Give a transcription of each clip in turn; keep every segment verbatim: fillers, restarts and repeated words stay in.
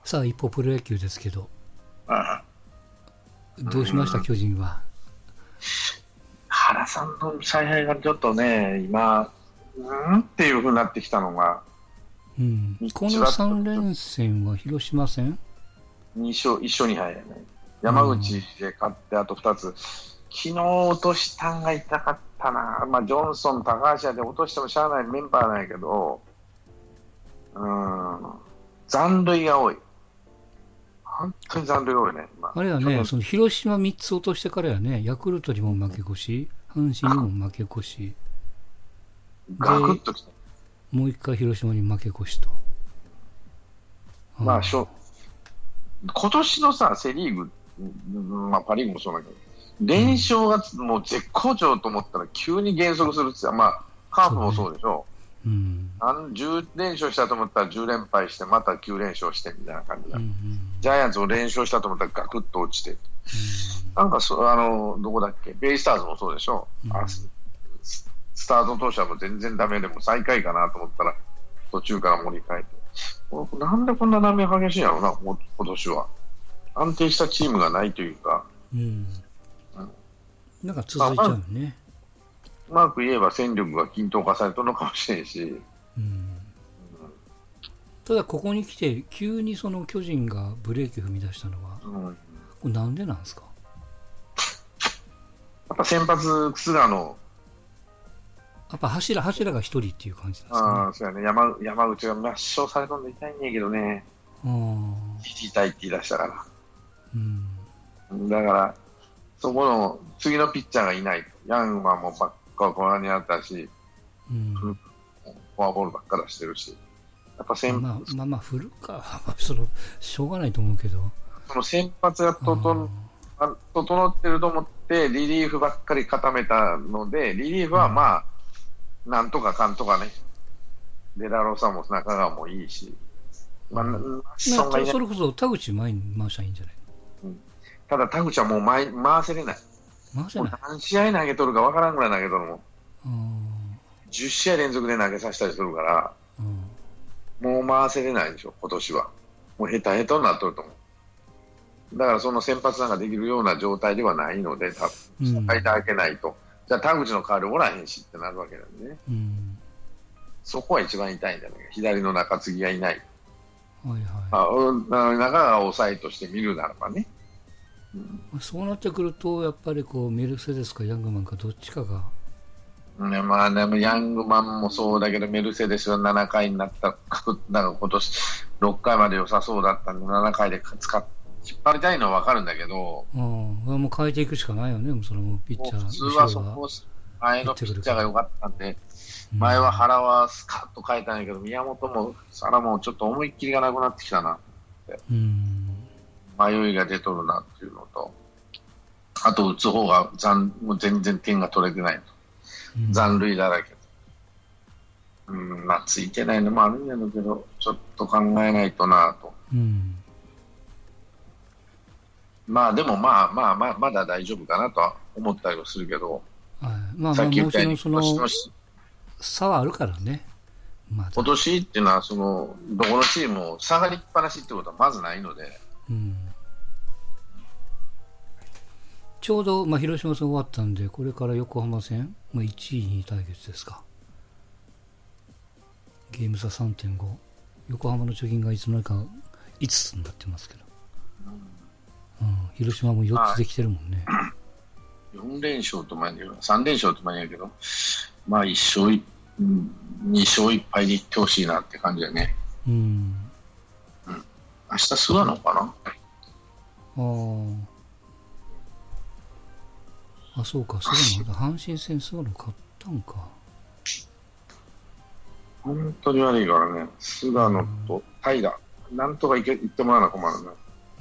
さあ一方プロ野球ですけど、 ああどうしました、 うん巨人は。 原さんの采配がちょっとね、今、うんっていう風になってきたのが、 うん、このさん連戦は広島戦に勝いっ勝に敗やね。山口で勝ってあとふたつ、昨日落としたんが痛かったな、まあ、ジョンソン、高橋で落としてもしゃあないメンバーなんやけど、うん、残塁が多い。本当に残塁が多いね。 あれはね、その広島みっつ落としてからやね、ヤクルトにも負け越し、阪神にも負け越し、 ガクッときた。 もう一回広島に負け越しと。 まあ、しょ今年のさ、セ・リーグ、まあ、パ・リーグもそうだけど、連勝がもう絶好調と思ったら急に減速するって、まあ、カープもそうでしょ。 うね、うん、 あのじゅう連勝したと思ったらじゅう連敗してまたきゅう連勝してみたいな感じだ、 うんうん、 ジャイアンツも連勝したと思ったらガクッと落ちて、うん、なんかそあのどこだっけ、ベイスターズもそうでしょ、うん、あスタート当初はもう全然ダメでも最下位かなと思ったら途中から盛り替えて、なんでこんな波激しいんやろうな、今年は安定したチームがないというか、 うん、うん、なんか続いちゃうね。 うまく言えば戦力が均等化されてるのかもしれんし、うんうん、 ただここに来て急にその巨人がブレーキを踏み出したのは、うん、これなんでなんですか。 やっぱ先発菅野、 やっぱ柱柱が一人っていう感じなんですかね。 ああ、そうやね、山山口が抹消されたんで痛いんやけどね、引きたいって言い出したから、うん、だからそこの次のピッチャーがいないと、ヤングマンもばっかこのにあったし、うん、フォアボールばっか出してるし、やっぱ先まあまあまあ振るかそのしょうがないと思うけど、 その先発が整整ってると思ってリリーフばっかり固めたので、リリーフはまあ、うん、なんとかかんとかね、デラロサも中川もいいし、まあ、うん、 そ, それこそ田口前に回したらいいんじゃない、 うん、ただ田口はもう 回, 回せれない、 回せない、 何試合投げとるか分からんぐらい投げとるもん、じゅっ試合連続で投げさせたりするから、うん、もう回せれないでしょ今年は。もうヘタヘタになっとると思う。だからその先発なんかできるような状態ではないので、多分間開けないと、うん、じゃあ田口の代わりおらへんしってなるわけなんでね、うん、そこは一番痛いんじゃないか、左の中継ぎがいない、はいはい、あ中川を抑えとして見るならばね、 うん、そうなってくるとやっぱりこうメルセデスかヤングマンかどっちかが、 ね、まあでもヤングマンもそうだけどメルセデスはななかいになったなんか今年ろっかいまで良さそうだったんでななかいで使っ引っ張りたいのは分かるんだけど、 うん、もう変えていくしかないよね、そのピッチャー。 普通はそこ前のピッチャーが良かったんで、うん、前は原はスカッと変えたんやけど、宮本も原もちょっと思いっきりがなくなってきたなって、うん、迷いが出とるなっていうのと、あと打つ方が残もう全然点が取れてないと、うん、残塁だらけ、うん、まあついてないのもあるんやろうけど、ちょっと考えないとなと、うん、まあでもまあまあまあまだ大丈夫かなとは思ったりはするけど、 はい、まあまあもちろんその差はあるからね、 ま、今年っていうのはそのどこのチームも下がりっぱなしってことはまずないので、うん、 ちょうど、まあ、広島戦終わったんでこれから横浜戦、まあ、いちいに対決ですか、ゲーム差 さんてんご、 横浜の貯金がいつの間にかいつつになってますけど、うん、広島もよっつできてるもんね、まあ、 よん連勝と前にさん連勝と前にやけど、まあいっ勝に勝いっ敗でいってほしいなって感じだね、うん、うん、明日菅野かな、 ああそうか、菅野阪神戦菅野勝ったんか、 本当に悪いからね、菅野と平、なんとかいけ言ってもらわな困るな、うん、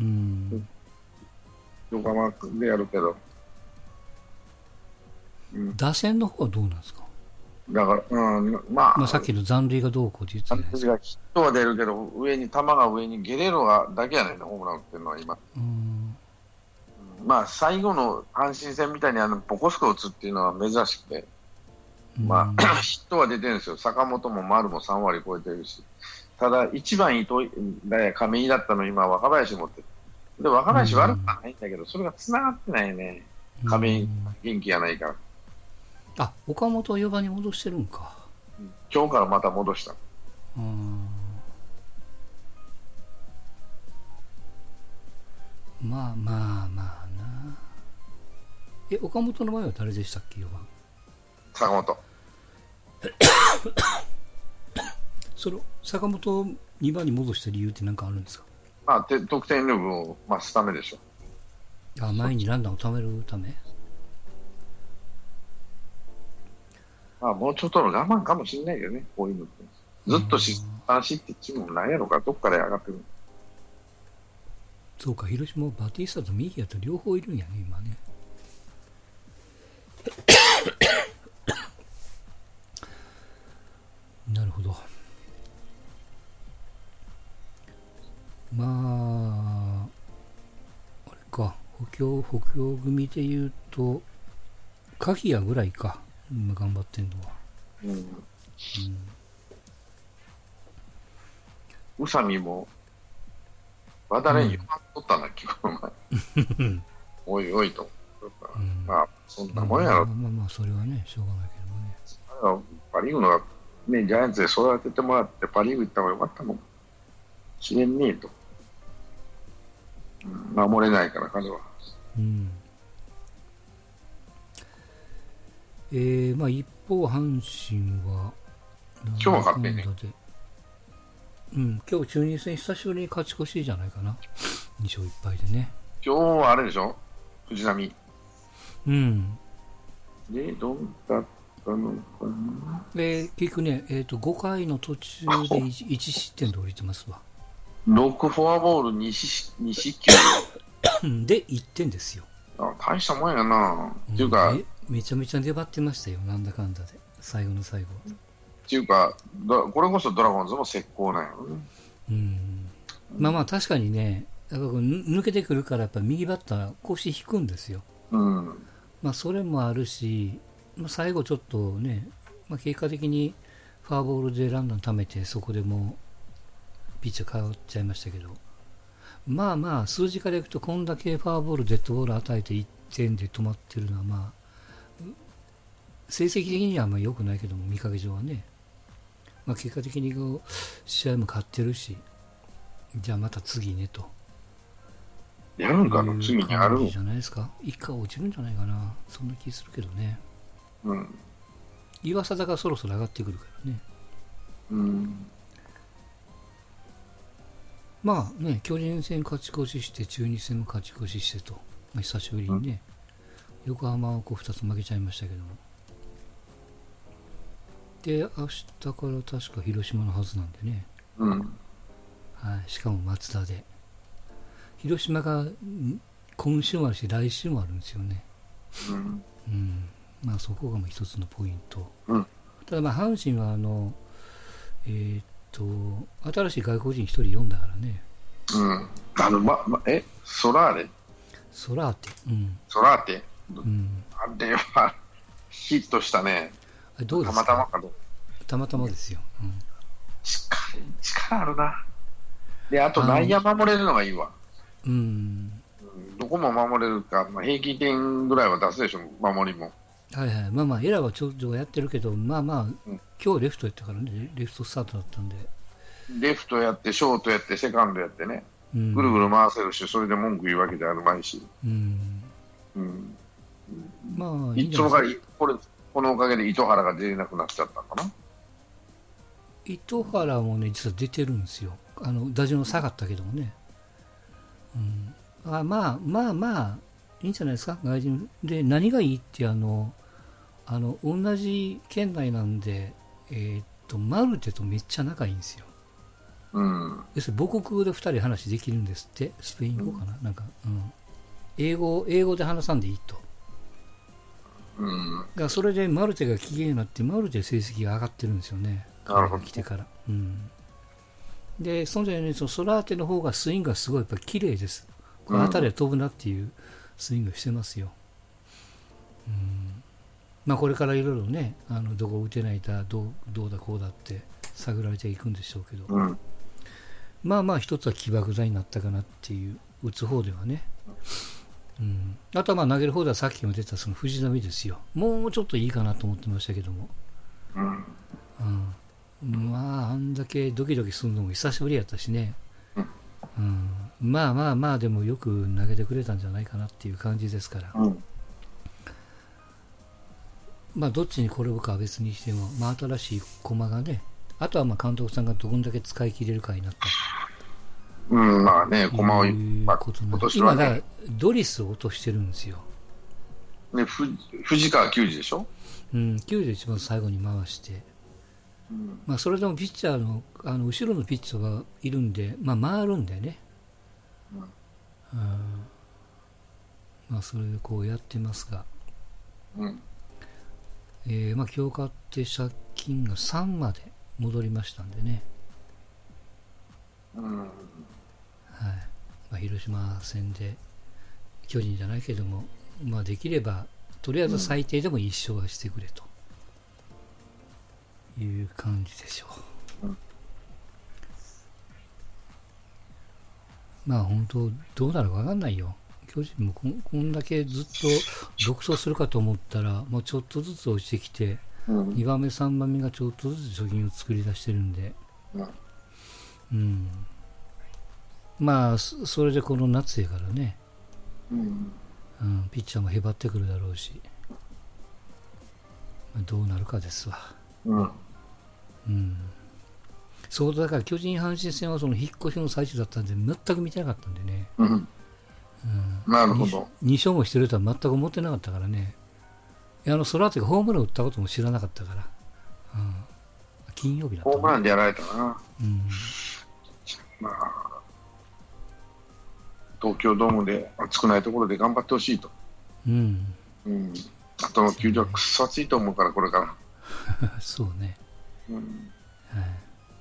横浜でやるけど、 うん、打線の方はどうなんですか。 だから、うん、まあ、 まあ、さっきの残塁がどうこうって言ってたじゃないですか。 ヒットは出るけど、上に球が上にゲレロがだけやねんな、ホームラン打ってるのは今。うん、まあ、最後の阪神戦みたいにあのポコスコ打つっていうのは珍しくて、まあ、ヒットは出てるんですよ。坂本も丸もさんわり超えてるし、 ただ、一番糸井だ亀井だったの今、若林持ってる。で、若林悪くはないんだけど、それが繋がってないね。亀井、元気がないから。 あ、岡本をよばんに戻してるんか。 今日からまた戻した。 うん。まあまあまあな。え、岡本の前は誰でしたっけ、よばん。 坂本。 それ、坂本をにばんに戻した理由って何かあるんですか？ まあ、て得点力を増すためでしょ。 あ、前にランナーを貯めるため。 まあ、もうちょっとの我慢かもしれないけどね、こういうのって。ずっとしっぱなしってチームもないやろから、どっかで上がってくる。 そうか、広島はバティスタと右やと両方いるんやね、今ね。なるほど。まあ、あれか、補強、補強組で言うと、鍵谷ぐらいか、今頑張ってんのは。 うん。うん。宇佐美も、和田連に取ったんだっけ、この前。おいおいと。うん、まあ、そんなもんやろ。 まあまあまあ、それはね、しょうがないけどね。 あのパ・リーグの、ね、ジャイアンツで育ててもらって、パ・リーグ行った方がよかったもん。しれんねえと。うん、守れないから、彼は。 うん。えー、まあ一方、阪神は、 今日は勝ってね。 うん、今日中日戦久しぶりに勝ち越しじゃないかな。に勝いっぱいでね。 今日はあれでしょ、藤浪。 うん。 で、どんだったのかな。 えー、結局ね、えーと、ごかいの途中で 1, いち失点で降りてますわ。 ろくフォアボール 2, 四死球でいってんですよ。 あ、大したもんやな、 うん、 っていうかめ、めちゃめちゃ粘ってましたよ、なんだかんだで、最後の最後。 っていうか、これこそドラゴンズも石膏なんやろね。 うん、まあまあ確かにね、やっぱ抜けてくるからやっぱ右バッター腰引くんですよ。 うん、 まあそれもあるし、まあ、最後ちょっとね、まあ、結果的にフォアボールでランナー貯めてそこでもうピッチャー変わっちゃいましたけど、まあまあ数字からいくとこんだけフォアボールデッドボール与えていってんで止まってるのはまあ成績的にはあんまり良くないけども見かけ上はね、まあ、結果的にこう試合も勝ってるし、じゃあまた次ねとやるんかな、次にあるんじゃないですか。一回落ちるんじゃないかな、そんな気するけどね。 うん、 岩貞がそろそろ上がってくるからね。 うん、 まあね、巨人戦勝ち越しして中日戦も勝ち越ししてと、まあ、久しぶりにね、うん、横浜はこうふたつ負けちゃいましたけども、で明日から確か広島のはずなんでね、 うん、 はい、しかも松田で広島が今週もあるし来週もあるんですよね。 うん、 うん、まあそこがもう一つのポイント、 うん、 ただまあ阪神はあのえー、っと新しい外国人一人呼んだからね。 うん、あのままえソラーレソラーテ、うん、 ソラーテ、 うん、 あれはヒットしたね。 あれどうですか。 たまたまかどうたまたまですよ、うん、 力, 力あるな。であと内野守れるのがいいわ。 うん、 どこも守れるか、まあ、平均点ぐらいは出すでしょ、守りも。 はいはい、まあまあエラーはちょっとやってるけど、まあまあ、うん、今日レフトやったからね、レフトスタートだったんで、 レフトやってショートやってセカンドやってね、うん、ぐるぐる回せるし、それで文句言うわけじゃあるまいし、うんうん、まあいつの間にこれこのおかげで糸原が出れなくなっちゃったのかな。 糸原もね実は出てるんですよ、あの打順下がったけどもね、うん、あまあまあまあいいんじゃないですか。外人で何がいいってあのあの同じ県内なんで、えー、っとマルテとめっちゃ仲いいんですよ。 うん、 要するに母国でふたり話できるんですって。スペイン語かな、うん、なんか、うん、英語英語で話さんでいいと、うん、だからそれでマルテが機嫌になってマルテ成績が上がってるんですよね、 彼が来てから、うん、でそのようにそのソラーテの方がスイングがすごいやっぱ綺麗です。この辺りは飛ぶなっていうスイングしてますよ、うん、まあこれからいろいろね、あのどこ打てないだどう、どうだこうだって探られていくんでしょうけど、 うん、 まあまあ一つは起爆剤になったかなっていう、打つ方ではね、うん、あとはまあ投げる方ではさっきも出たその藤浪ですよ。もうちょっといいかなと思ってましたけども、 うんうん、まああんだけドキドキするのも久しぶりやったしね、うん、まあまあまあでもよく投げてくれたんじゃないかなっていう感じですから、 うん、 まあどっちに転ぶかは別にしても、まあ新しい駒がね、あとはまあ監督さんがどこんだけ使い切れるかになったうん、まあね、駒を、 いうまあ、 ことなんで、 今年は今だからね、 ドリスを落としてるんですよ。 ね、ふ藤川球児でしょ、 うん、きゅうじゅう一番最後に回して、 うん、 まあそれでもピッチャーの、あの後ろのピッチャーがいるんで、まあ回るんでね、 うん、 うん、まあそれでこうやってますが、 うん、 えー、まあ今日買って借金がさんまで戻りましたんでね、 うん、 はい、まあ、広島戦で巨人じゃないけども、まあ、できればとりあえず最低でもいっ勝はしてくれという感じでしょう、うん、まあ本当どうなるか分かんないよ。巨人も こ, こんだけずっと独走するかと思ったらもうちょっとずつ落ちてきて、うん、にばんめさんばんめがちょっとずつ貯金を作り出してるんで、うんうん、まあそれでこの夏やからね、うんうん、ピッチャーもへばってくるだろうし、まあ、どうなるかですわ、うんうん、そうだから巨人阪神戦はその引っ越しの最中だったんで全く見てなかったんでね、うんうん、 なるほど。 に勝もしてるとは全く思ってなかったからね、あのその後ホームラン打ったことも知らなかったから、うん、金曜日だった、ね、 ホームランでやられたな、うん、まあ東京ドームで暑くないところで頑張ってほしいと、うんうん、あとの球場はくっそ暑いと思うからこれからそうね、うんはい、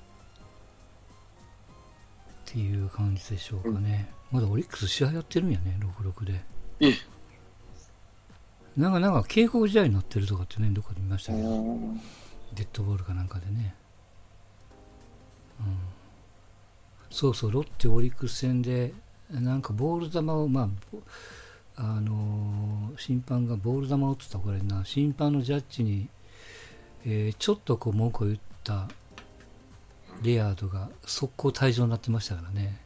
っていう感じでしょうかね、うん、まだオリックス試合やってるんやね、ろくたいろくで。ええ、なんかなんか警告試合になってるとかってね、どこかで見ましたけど、デッドボールかなんかでね、うん、そうそう、ロッテオリックス戦でなんかボール球を、まああのー、審判がボール球を打ってたこれな、審判のジャッジに、えー、ちょっとこう文句を言ったレアードが速攻退場になってましたからね、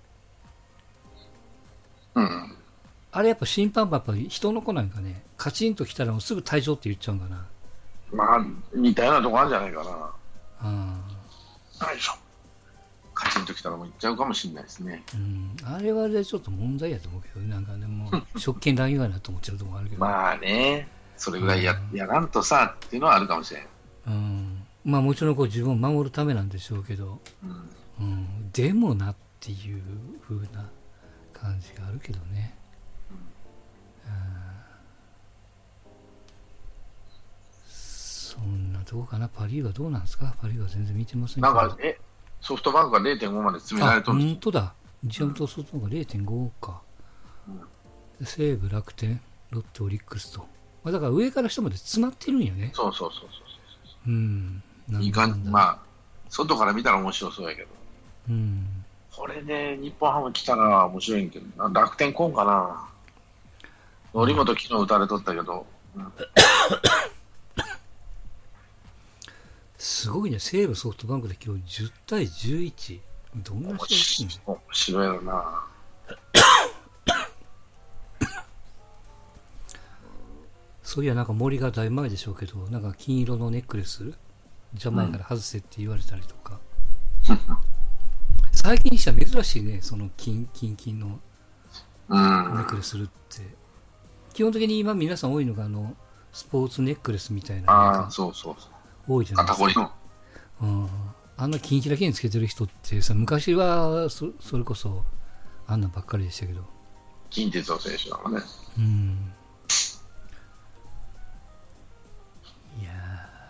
うん、あれやっぱ審判もやっぱ人の子なんかね、カチンときたらもうすぐ退場って言っちゃうんかな。 まあ似たようなとこあるんじゃないかな。 ああ、よいしょ。カチンときたらもういっちゃうかもしれないですね。 うん、あれはでちょっと問題やと思うけど、なんかでも職権乱用やなと思っちゃうところあるけど。 まあね、それぐらいや、うん、やらんとさっていうのはあるかもしれん。 うん、まあもちろんこう自分を守るためなんでしょうけど、うんうん、でもなっていう風な感じがあるけどね。うん、そんなとこかな。パ・リーグはどうなんですか。パ・リーグは全然見てませんけど。 なんかえソフトバンクが れいてんご まで詰められとるんです。 本当だ。日ハムとソフトバンクが れいてんご か、うん、西武、楽天、ロッテ、オリックスと、まあ、だから上から下まで詰まってるんよね。 そうそうそうそうそう。うん。 いい感じ。まあ外から見たら面白そうやけど。うん。これで日本ハム来たら面白いんけど、楽天来んかな。則本昨日打たれとったけど。うん、 すごいね、西武ソフトバンクで今日じゅうたいじゅういち。どんな試合？ 面白いよな。 そういや、なんか森がだいぶ前でしょうけど、なんか金色のネックレス邪魔やから外せって言われたりとか、うん、最近にしては珍しいね、その金金金のネックレスするって、うん、基本的に今皆さん多いのがあのスポーツネックレスみたいなのが多いじゃないですか。肩こりの、うん、あんな金キラキラにつけてる人ってさ、昔は そ, それこそあんなばっかりでしたけど、 金哲夫選手なのね。 うん。いや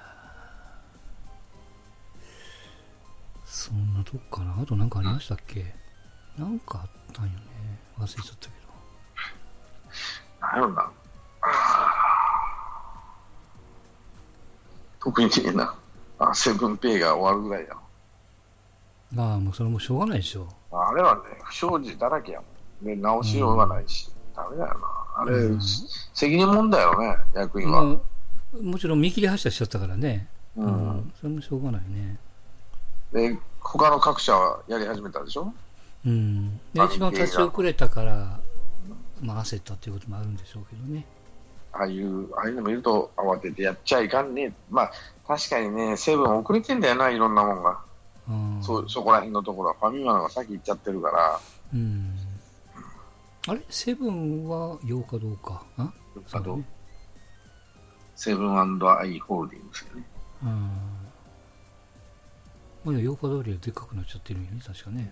そんなとこかな。あと何かありましたっけ？うん、なんかあったんよね。忘れちゃったけど。 なんやろな。特にねえな。あ、セブンペイが終わるぐらいだ。 ああ、もうそれもしょうがないでしょ。 あれはね、不祥事だらけやもん。で、直しようがないし、うん、ダメだよな。あれ、うん、責任問題よね、役員は。 まあ、もちろん見切り発車しちゃったからね。うん。うん、それもしょうがないね。 で、他の各社はやり始めたでしょ。 うん。で、一番立ち遅れたから、まあ焦ったっていうこともあるんでしょうけどね。 ああいう、ああいうの見ると慌ててやっちゃいかんね。まあ、確かにね、セブン遅れてんだよな、いろんなもんが。うん、そ, そこら辺のところはファミマのが先行っちゃってるから、 うん、あれセブンはようかどうかあようかどう、ね、セブン&アイ・ホールディングスよね。 うん、ようか通りはでっかくなっちゃってるんよね、確かね。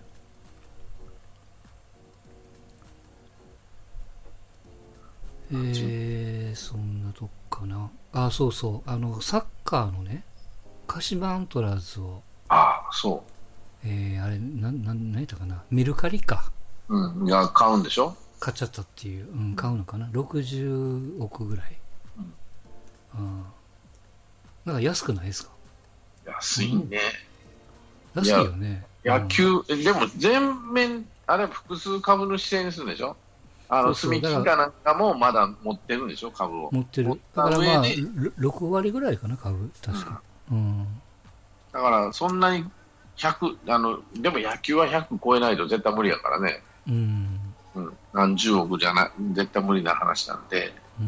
えー、そんなとこかな。あ、そうそう、あのサッカーのね、鹿島アントラーズを、 ああ、そう。 えー、あれ、な、な、なんやったかな。メルカリか。 うん。いや、買うんでしょ。 買っちゃったっていう。うん、買うのかな。ろくじゅうおくぐらい。うん。うん。なんか安くないですか。 安いね。 うん、安いよね。 野球、うん、でも全面、あれ複数株主制にするんでしょ。あの、住金かなんかもまだ持ってるんでしょ、株を。 持ってる。だからまあ、ろくわりぐらいかな、株。確か。うん。うんだからそんなにひゃくあのでも野球はひゃく超えないと絶対無理やからね、 うんうん、何十億じゃな絶対無理な話なんで、うん、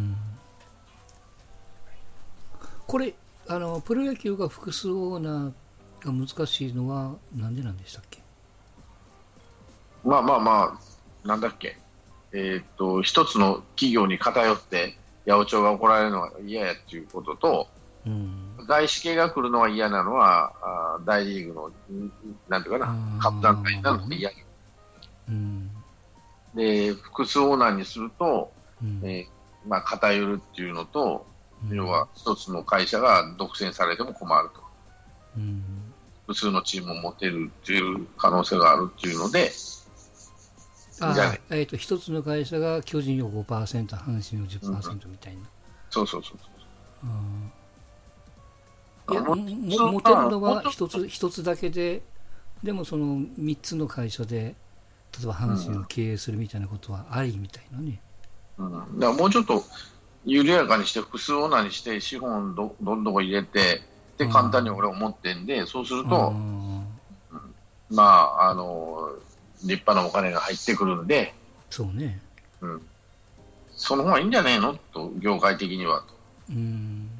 これあのプロ野球が複数オーナーが難しいのはなんでなんでしたっけ。 まあまあまあなんだっけ、えー、っと一つの企業に偏って八百長が怒られるのが嫌やっていうことと、うん、外資系が来るのは嫌なのはあ大リーグのなんていうかな株団体なので嫌、うん、で複数オーナーにすると、うんえーまあ、偏るっていうのと、うん、要は一つの会社が独占されても困ると、うん、複数のチームを持てるっていう可能性があるっていうので、 あじゃあ、ねえー、と一つの会社が巨人を ごパーセント 阪神を じゅっパーセント みたいな、うん、 そうそうそうそう、 うんいやも持てるのは一つ一つだけで、でもそのみっつの会社で例えば阪神を経営するみたいなことはありみたいなね、 うん、だからもうちょっと緩やかにして複数オーナーにして資本どどんどん入れてで簡単に俺思ってんで、そうすると、うん、まああの立派なお金が入ってくるんで、 そうね、 うん、その方がいいんじゃねえのと業界的にはと。うん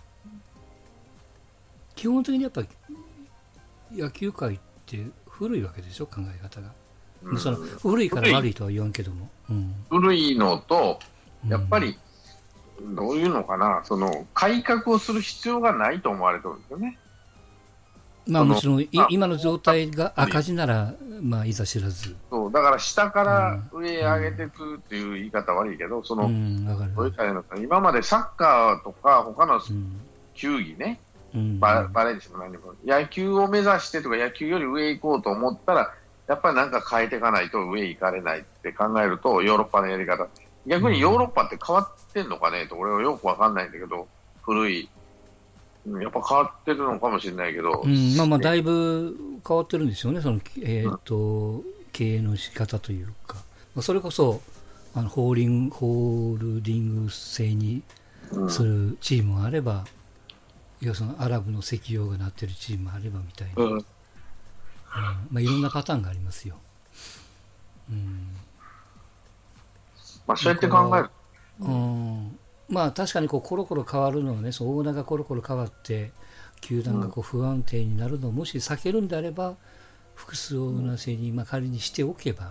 基本的にやっぱり野球界って古いわけでしょ、考え方が、うん、その古いから悪いとは言わんけども、 うん、古いのとやっぱりどういうのかな、その改革をする必要がないと思われてるんですよね。 まあもちろん今の状態が赤字ならまあいざ知らず、 そうだから下から上へ上げていくっていう言い方悪いけど、その、うん、どういうのか今までサッカーとか他の球技ね、うん、バ, バレーにしても何でも野球を目指してとか野球より上行こうと思ったらやっぱりなんか変えていかないと上行かれないって考えるとヨーロッパのやり方、逆にヨーロッパって変わってんのかねと俺はよくわかんないんだけど、古いやっぱ変わってるのかもしれないけど、 うん、まあまあだいぶ変わってるんですよね、その、えーとうん、経営の仕方というか、それこそあのホーリングホールディング制にするチームもあれば、要するにアラブの石油がなってるチームもあればみたいな、うんうんまあ、いろんなパターンがありますよ、うんまあ、そうやって考える、 うんまあ、確かにこうコロコロ変わるのはね、そうオーナーがコロコロ変わって球団がこう不安定になるのをもし避けるんであれば複数オーナー制にまあ仮にしておけば、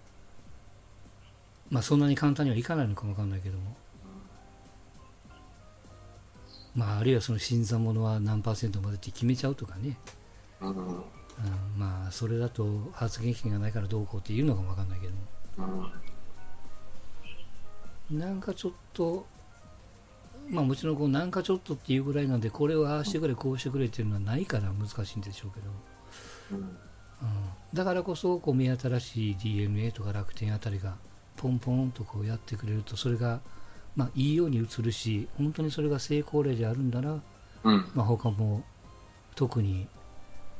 まあ、そんなに簡単にはいかないのかもわかんないけども、まあ、あるいはその新参者は何パーセントまでって決めちゃうとかね、うんうん、まあそれだと発言権がないからどうこうっていうのかもわかんないけども、うん、なんかちょっとまあもちろんこうなんかちょっとっていうぐらいなんでこれをああしてくれこうしてくれっていうのはないから難しいんでしょうけど、うんうん、だからこそこう目新しい ディーエヌエー とか楽天あたりがポンポンとこうやってくれるとそれがまあ、いいように映るし本当にそれが成功例であるんだな、うんまあ、他も特に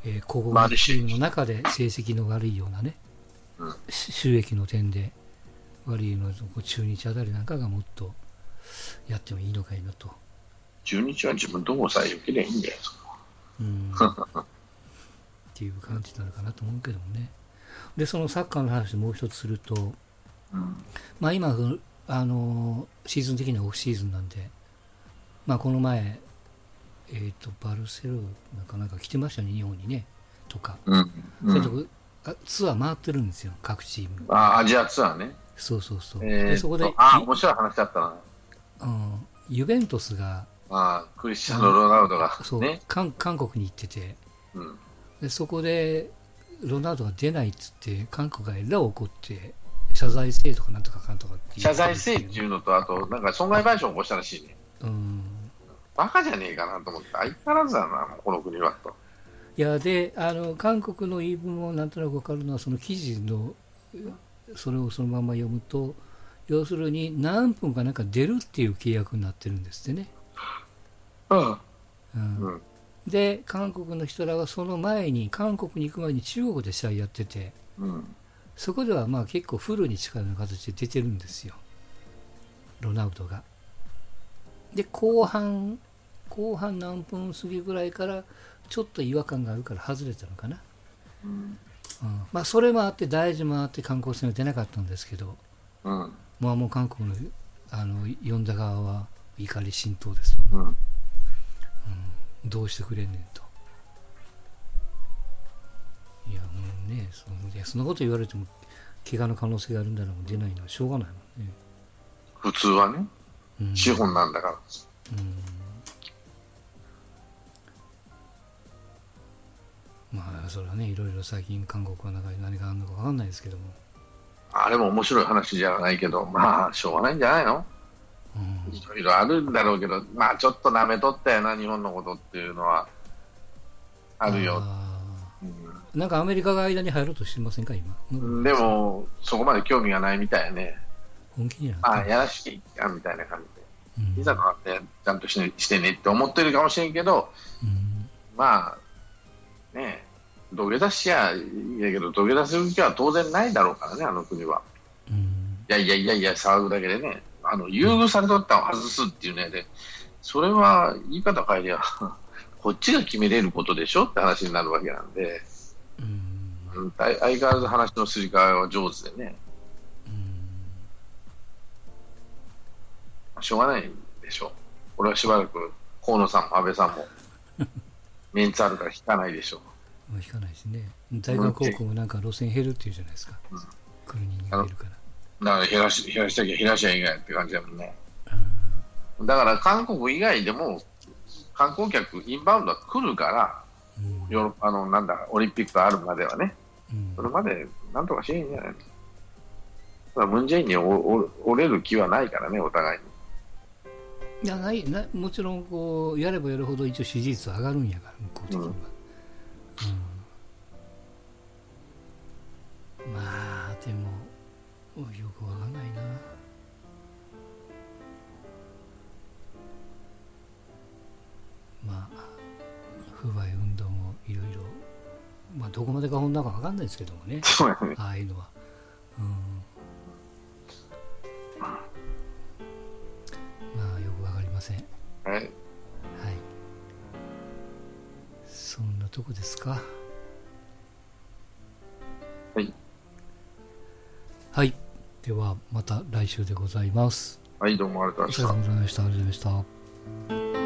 えー、古豪のチームの中で成績の悪いようなね、うん、収益の点で悪いの中日あたりなんかがもっとやってもいいのかいなと。 中日は自分どこさえよければいいんだよ、 うん、っていう感じなのかなと思うけどもね。でそのサッカーの話でもう一つすると、うん、まあ今あのシーズン的にはオフシーズンなんで、まあこの前えーとバルセロナかなんか来てましたね日本にねとか、うんうん、そういうとこツアー回ってるんですよ各チーム。 あアジアツアーね。 そうそうそう。 えー、でそこであ面白い話だったな。 うん、ユベントスがあクリスチャン・ロナウドが、 ね、そう韓韓国に行ってて、うん、でそこでロナウドが出ないっつって韓国がえらい怒って謝罪せえとかなんとかかんとかって謝罪せえっていうのとあとなんか損害賠償を起こしたらしいね。うんバカじゃねえかなと思って相変わらずだなこの国はと。 いやであの韓国の言い分をなんとなく分かるのはその記事のそれをそのまま読むと要するに何分かなんか出るっていう契約になってるんですってね。うんうん、で韓国の人らはその前に韓国に行く前に中国で試合やってて、うん、そこではまあ結構フルに近いような形で出てるんですよロナウドが。で後半後半何分過ぎぐらいからちょっと違和感があるから外れたのかな、うんうん、まあそれもあって大事もあって韓国戦は出なかったんですけど、うん、まあもう韓国のあの呼んだ側は怒り心頭ですよ、うんうん、どうしてくれんねんと。いやもうねそのいやそんなこと言われても怪我の可能性があるんだらもう出ないのはしょうがないもんね普通はね、うん、資本なんだから、 うん、まあそれはねいろいろ最近韓国の中に何があるのか分かんないですけどもあれも面白い話じゃないけどまあしょうがないんじゃないの。いろいろあるんだろうけどまあちょっとなめとったよな日本のことっていうのはあるよ。 うん、なんかアメリカが間に入ろうとしてませんか今。 でもそこまで興味がないみたいね。 本気になってああやらしていいかみたいな感じで、うん、いざとなってちゃんとし、ね、してねって思ってるかもしれんけど、うん、まあね土下座しやいいやけど土下座する気は当然ないだろうからねあの国は、うん、いやいやいやいや騒ぐだけでねあの優遇されとったを外すっていうねでそれは言い方変えりゃこっちが決めれることでしょって話になるわけなんで、うん、相変わらず話のすり替えは上手でね、うん、しょうがないでしょ。俺はしばらく河野さんも安倍さんもメンツあるから引かないでしょう。引かないですね。大学高校もなんか路線減るっていうじゃないですか、うん、来る人間がいるからだから減らし、減らしたきゃ減らしゃいないって感じだもんね。だから韓国以外でも観光客インバウンドは来るから、うん、ヨーロッパのなんだオリンピックがあるまではね、うん、それまでなんとかしないんじゃないの。だからムン・ジェインに折れる気はないからねお互いに。 いやないなもちろんこうやればやるほど一応支持率は上がるんやから向こう的には、うんうん、まあでもよくわかんないな。まあ不買運動もいろいろまあどこまでが本当かわかんないですけどもね。 そうやね。 ああいうのは、うん、まあよくわかりません。 はい。はい。 そんなとこですか。 はい。 はい。ではまた来週でございます。 はい、どうもありがとうございました。 お疲れ様でした。ありがとうございました。